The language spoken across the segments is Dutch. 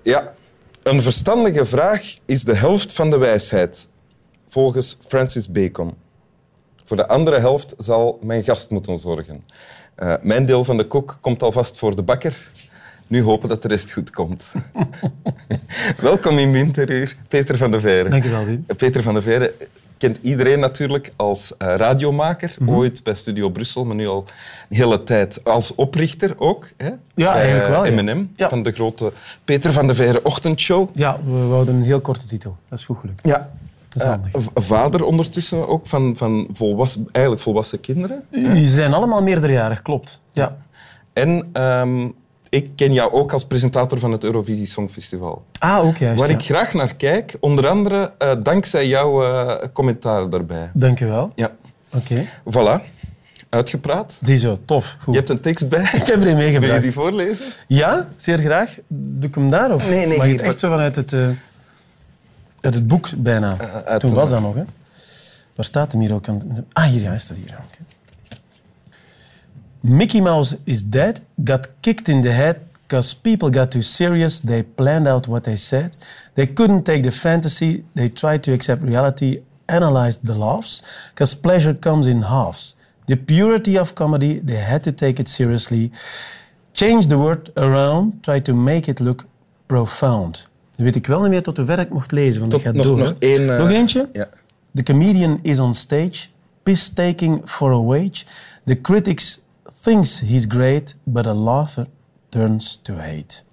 Ja, een verstandige vraag is de helft van de wijsheid, volgens Francis Bacon. Voor de andere helft zal mijn gast moeten zorgen. Mijn deel van de koek komt alvast voor de bakker. Nu hopen dat de rest goed komt. Welkom in Winteruur, Peter van de Veire. Dank je wel, Wim. Peter van de Veire kent iedereen natuurlijk als radiomaker. Ooit bij Studio Brussel, maar nu al een hele tijd als oprichter ook. Hè? Ja, eigenlijk wel. Ja. M&M, van de grote Peter van de Veire ochtendshow. Ja, we wouden een heel korte titel. Dat is goed gelukt. Ja. Dat is handig. Vader ondertussen ook van volwassen kinderen. Die zijn allemaal meerderjarig, klopt. Ja. En ik ken jou ook als presentator van het Eurovisie Songfestival. Ah, ook juist. Waar ik graag naar kijk, onder andere dankzij jouw commentaar daarbij. Dank je wel. Ja. Oké. Voilà. Uitgepraat. Ziezo, tof. Goed. Je hebt een tekst bij. Ik heb er een meegebracht. Wil je die voorlezen? Ja, zeer graag. Doe ik hem daar? Of Nee, mag je het echt zo vanuit het boek bijna? Toen was dat nog, hè? Waar staat hem hier ook aan? Ah, hier, ja, is dat hier. Okay. Mickey Mouse is dead, got kicked in the head because people got too serious. They planned out what they said. They couldn't take the fantasy. They tried to accept reality, analyzed the laughs, because pleasure comes in halves. The purity of comedy, they had to take it seriously. Change the word around, try to make it look profound. Nu weet ik wel niet meer tot hoever ik mocht lezen, want ik ga door. Nog één, nog eentje? Ja. The comedian is on stage, piss-taking for a wage. The critics thinks he's great, but a laugher turns to hate.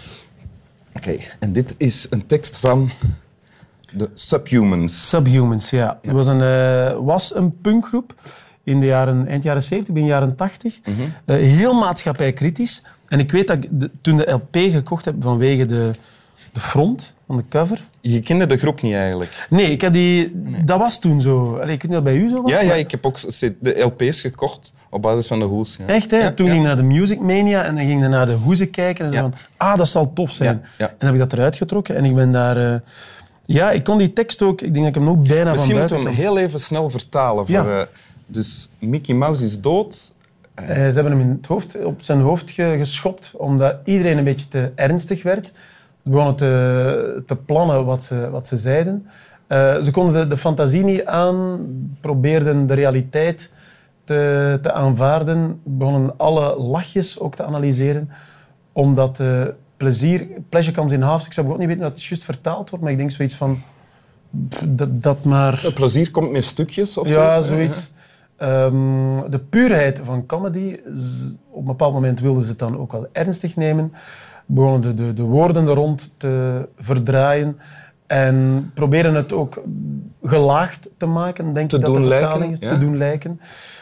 Oké, en dit is een tekst van de Subhumans. Subhumans, ja. Het was een punkgroep in de eind jaren 70, begin jaren 80. Heel maatschappijkritisch. En ik weet dat ik toen de LP gekocht heb vanwege de front van de cover. Je kende de groep niet eigenlijk? Nee, ik heb dat was toen zo. Allee, ik weet niet of dat bij u zo was. Ja, ik heb ook de LP's gekocht op basis van de hoes. Ja. Echt, hè? Ja, toen ging ik naar de Music Mania en dan ging ik naar de hoezen kijken en zo van, dat zal tof zijn. Ja. En dan heb ik dat eruit getrokken en ik ben daar... ik kon die tekst ook... Ik denk dat ik hem ook bijna Misschien van moeten buiten we hem heel even snel vertalen. Dus Mickey Mouse is dood. Ze hebben hem op zijn hoofd geschopt, omdat iedereen een beetje te ernstig werd. Ze begonnen te plannen wat ze zeiden. Ze konden de fantasie niet aan, probeerden de realiteit te aanvaarden, begonnen alle lachjes ook te analyseren, omdat pleasure comes in halves. Ik zou ook niet weten dat het juist vertaald wordt, maar ik denk zoiets van dat maar... Het plezier komt met stukjes of ja, zoiets. De puurheid van comedy, op een bepaald moment wilden ze het dan ook wel ernstig nemen, begonnen de woorden er rond te verdraaien en proberen het ook gelaagd te maken, denk ik dat de vertaling is, te doen lijken.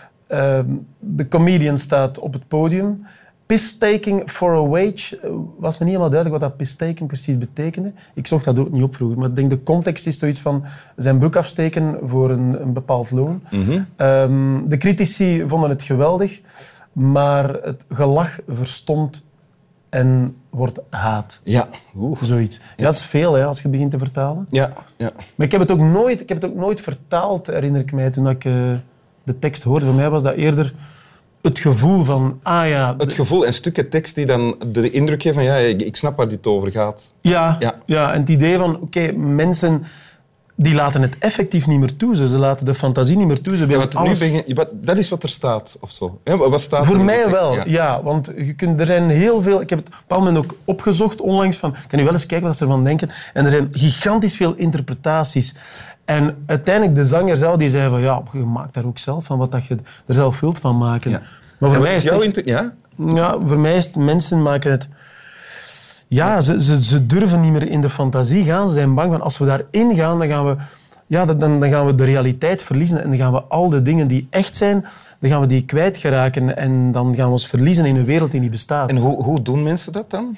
De comedian staat op het podium. Piss-taking for a wage was me niet helemaal duidelijk wat dat piss-taking precies betekende. Ik zocht dat ook niet op vroeger, maar ik denk de context is zoiets van zijn broek afsteken voor een bepaald loon. De critici vonden het geweldig, maar het gelach verstomt en wordt haat. Ja. Zoiets. Ja, dat is veel hè, als je begint te vertalen. Ja. Maar ik heb het ook nooit vertaald, herinner ik mij, toen ik de tekst hoorde. Voor mij was dat eerder het gevoel van... Het gevoel en stukken tekst die dan de indruk geven van ik snap waar dit over gaat. Ja, en het idee van mensen die laten het effectief niet meer toe. Ze laten de fantasie niet meer toe. Ze willen alles... dat is wat er staat, of zo. Wat staat voor er mij wel, ja. Want er zijn heel veel... Ik heb het op een bepaald moment ook opgezocht onlangs. Kan je wel eens kijken wat ze ervan denken? En er zijn gigantisch veel interpretaties. En uiteindelijk de zanger zelf, die zei van je maakt daar ook zelf van wat dat je er zelf wilt van maken. Ja. Maar voor mij is voor mij is het, mensen maken het... Ja, ze durven niet meer in de fantasie gaan. Ze zijn bang van als we daarin gaan, dan gaan we de realiteit verliezen en dan gaan we al de dingen die echt zijn, dan gaan we die kwijtgeraken en dan gaan we ons verliezen in een wereld die niet bestaat. En hoe doen mensen dat dan?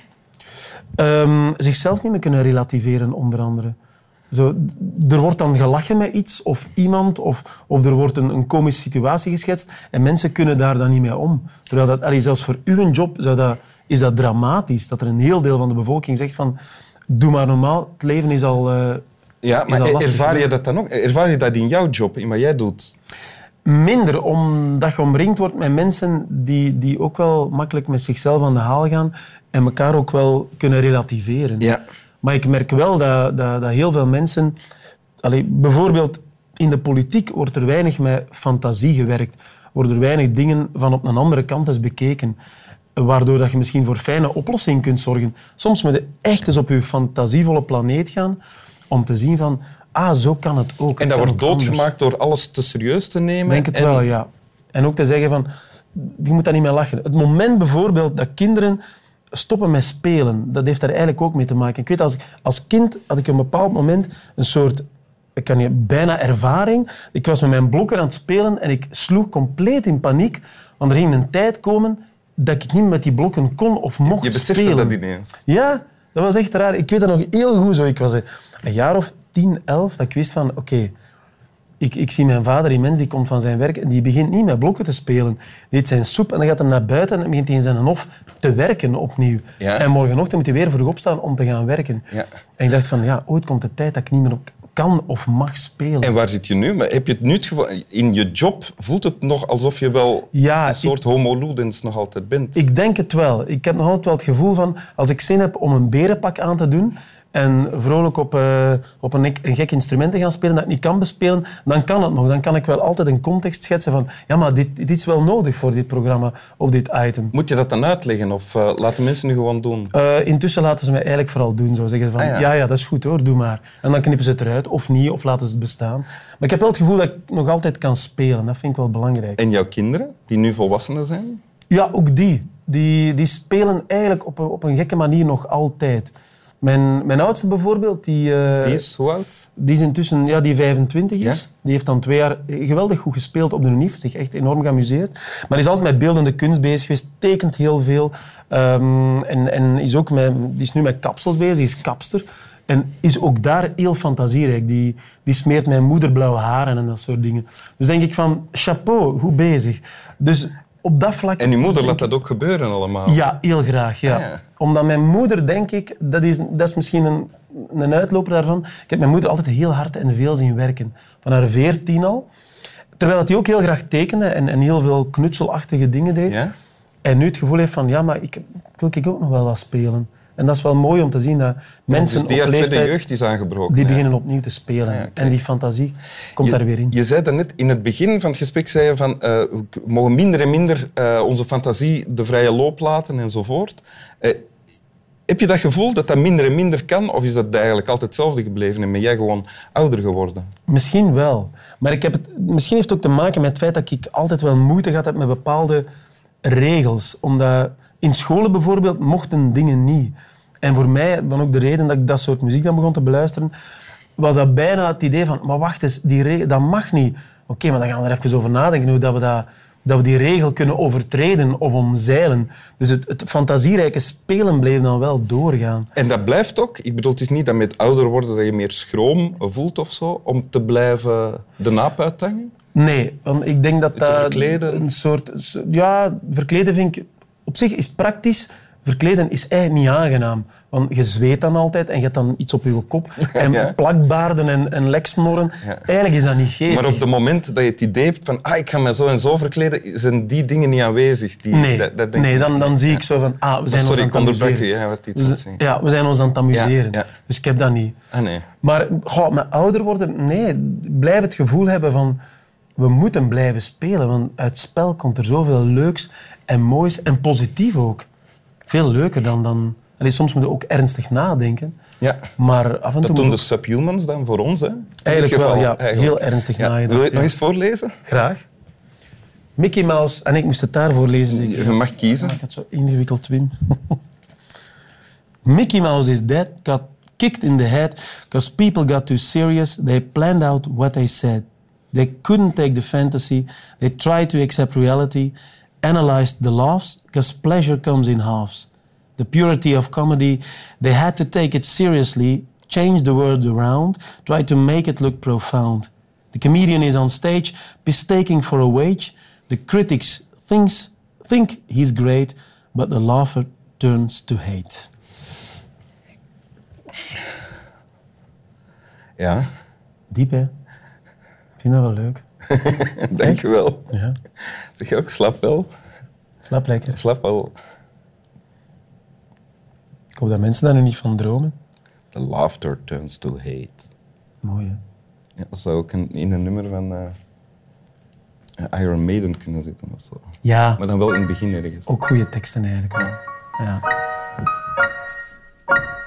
Zichzelf niet meer kunnen relativeren, onder andere. Zo, er wordt dan gelachen met iets of iemand of er wordt een komische situatie geschetst en mensen kunnen daar dan niet mee om. Terwijl dat, zelfs voor uw job is dat dramatisch, dat er een heel deel van de bevolking zegt van doe maar normaal, het leven is al maar ervaar je dat dan ook? Ervaar je dat in jouw job, in wat jij doet? Minder, omdat je omringd wordt met mensen die ook wel makkelijk met zichzelf aan de haal gaan en elkaar ook wel kunnen relativeren. Ja. Maar ik merk wel dat heel veel mensen... bijvoorbeeld in de politiek wordt er weinig met fantasie gewerkt. Worden er weinig dingen van op een andere kant eens bekeken. Waardoor dat je misschien voor fijne oplossingen kunt zorgen. Soms moet je echt eens op je fantasievolle planeet gaan om te zien van... zo kan het ook. En dat wordt doodgemaakt door alles te serieus te nemen? Denk het wel, ja. En ook te zeggen van... Je moet daar niet mee lachen. Het moment bijvoorbeeld dat kinderen stoppen met spelen, dat heeft daar eigenlijk ook mee te maken. Ik weet, als kind had ik op een bepaald moment een soort... Ik kan niet, bijna ervaring. Ik was met mijn blokker aan het spelen en ik sloeg compleet in paniek. Want er ging een tijd komen dat ik niet met die blokken kon of mocht spelen. Je besefte dat ineens? Ja, dat was echt raar. Ik weet dat nog heel goed zo. Ik was een jaar of 10, 11, dat ik wist van... Oké, ik zie mijn vader, die mens, die komt van zijn werk en die begint niet met blokken te spelen. Die eet zijn soep en dan gaat hij naar buiten en begint hij in zijn hof te werken opnieuw. Ja. En morgenochtend moet hij weer vroeg opstaan om te gaan werken. Ja. En ik dacht van, ooit komt de tijd dat ik niet meer kan of mag spelen. En waar zit je nu? Maar heb je het nu het gevoel... In je job voelt het nog alsof je wel een soort homo ludens nog altijd bent? Ik denk het wel. Ik heb nog altijd wel het gevoel van... Als ik zin heb om een berenpak aan te doen en vrolijk op een gek instrument te gaan spelen dat ik niet kan bespelen, dan kan het nog. Dan kan ik wel altijd een context schetsen van... Ja, maar dit is wel nodig voor dit programma of dit item. Moet je dat dan uitleggen of laten mensen nu gewoon doen? Intussen laten ze mij eigenlijk vooral doen. Zo zeggen ze van, ja, dat is goed hoor, doe maar. En dan knippen ze het eruit, of niet, of laten ze het bestaan. Maar ik heb wel het gevoel dat ik nog altijd kan spelen. Dat vind ik wel belangrijk. En jouw kinderen, die nu volwassenen zijn? Ja, ook die spelen eigenlijk op een gekke manier nog altijd. Mijn oudste bijvoorbeeld... Die is hoe oud? Die is intussen die 25 is. Ja? Die heeft dan 2 jaar geweldig goed gespeeld op de UNIF. Zich echt enorm geamuseerd. Maar die is altijd met beeldende kunst bezig geweest. Tekent heel veel. En is ook die is nu met kapsels bezig. Is kapster. En is ook daar heel fantasierijk. Die smeert mijn moeder blauwe haren en dat soort dingen. Dus denk ik van, chapeau, goed bezig. Dus... Op dat vlak... En uw moeder laat dat ook gebeuren allemaal? Ja, heel graag. Ja. Ja. Omdat mijn moeder, denk ik... Dat is misschien een uitloper daarvan. Ik heb mijn moeder altijd heel hard en veel zien werken. Van haar 14 al. Terwijl hij ook heel graag tekende en heel veel knutselachtige dingen deed. Ja? En nu het gevoel heeft van... Ja, maar ik wil ook nog wel wat spelen. En dat is wel mooi om te zien dat mensen dus die op leeftijd... tweede jeugd is aangebroken. Die beginnen opnieuw te spelen. Ja, okay. En die fantasie komt daar weer in. Je zei daarnet, in het begin van het gesprek zei je van we mogen minder en minder onze fantasie de vrije loop laten enzovoort. Heb je dat gevoel dat dat minder en minder kan? Of is dat eigenlijk altijd hetzelfde gebleven en ben jij gewoon ouder geworden? Misschien wel. Maar misschien heeft het ook te maken met het feit dat ik altijd wel moeite gehad heb met bepaalde regels. Omdat in scholen bijvoorbeeld mochten dingen niet. En voor mij, dan ook de reden dat ik dat soort muziek dan begon te beluisteren, was dat bijna het idee van, maar wacht eens, dat mag niet. Oké, maar dan gaan we er even over nadenken hoe dat we die regel kunnen overtreden of omzeilen. Dus het fantasierijke spelen bleef dan wel doorgaan. En dat blijft ook? Ik bedoel, het is niet dat met ouder worden dat je meer schroom voelt of zo, om te blijven de naap uithangen? Nee, want ik denk dat dat verkleden? een soort... Ja, verkleden vind ik... Op zich is praktisch. Verkleden is eigenlijk niet aangenaam. Want je zweet dan altijd en je hebt dan iets op je kop. En plakbaarden en leksnorren. Ja. Eigenlijk is dat niet geestig. Maar op het moment dat je het idee hebt van ik ga me zo en zo verkleden, zijn die dingen niet aanwezig? Dan zie ik zo van... we zijn ons aan het amuseren. Ja, we zijn ons aan het amuseren. Ja. Dus ik heb dat niet. Nee. Maar met ouder worden... Nee, blijf het gevoel hebben van... We moeten blijven spelen, want uit het spel komt er zoveel leuks en moois en positief ook. Veel leuker dan... soms moet je ook ernstig nadenken. Ja. Maar af en toe... Dat doen de Subhumans dan voor ons, hè? Eigenlijk wel, ja. Eigenlijk. Heel ernstig nagedacht. Wil je het nog eens voorlezen? Graag. Mickey Mouse... En ik moest het daarvoor lezen. Je mag kiezen. Ik had zo ingewikkeld, Wim. Mickey Mouse is dead, got kicked in the head, because people got too serious. They planned out what they said. They couldn't take the fantasy. They tried to accept reality, analyzed the laughs, because pleasure comes in halves. The purity of comedy, they had to take it seriously, change the words around, try to make it look profound. The comedian is on stage, mistaking for a wage. The critics think he's great, but the laugher turns to hate. Ja. Diep, hè? Ik vind dat wel leuk. Dank je wel. Ja. Zeg je ook, slap wel? Slaap lekker. Slap wel. Ik hoop dat mensen daar nu niet van dromen. The laughter turns to hate. Mooi, hè? Ja, dat zou ook in een nummer van Iron Maiden kunnen zitten of zo. Ja, Maar dan wel in het begin ergens. ook goede teksten eigenlijk wel. Ja.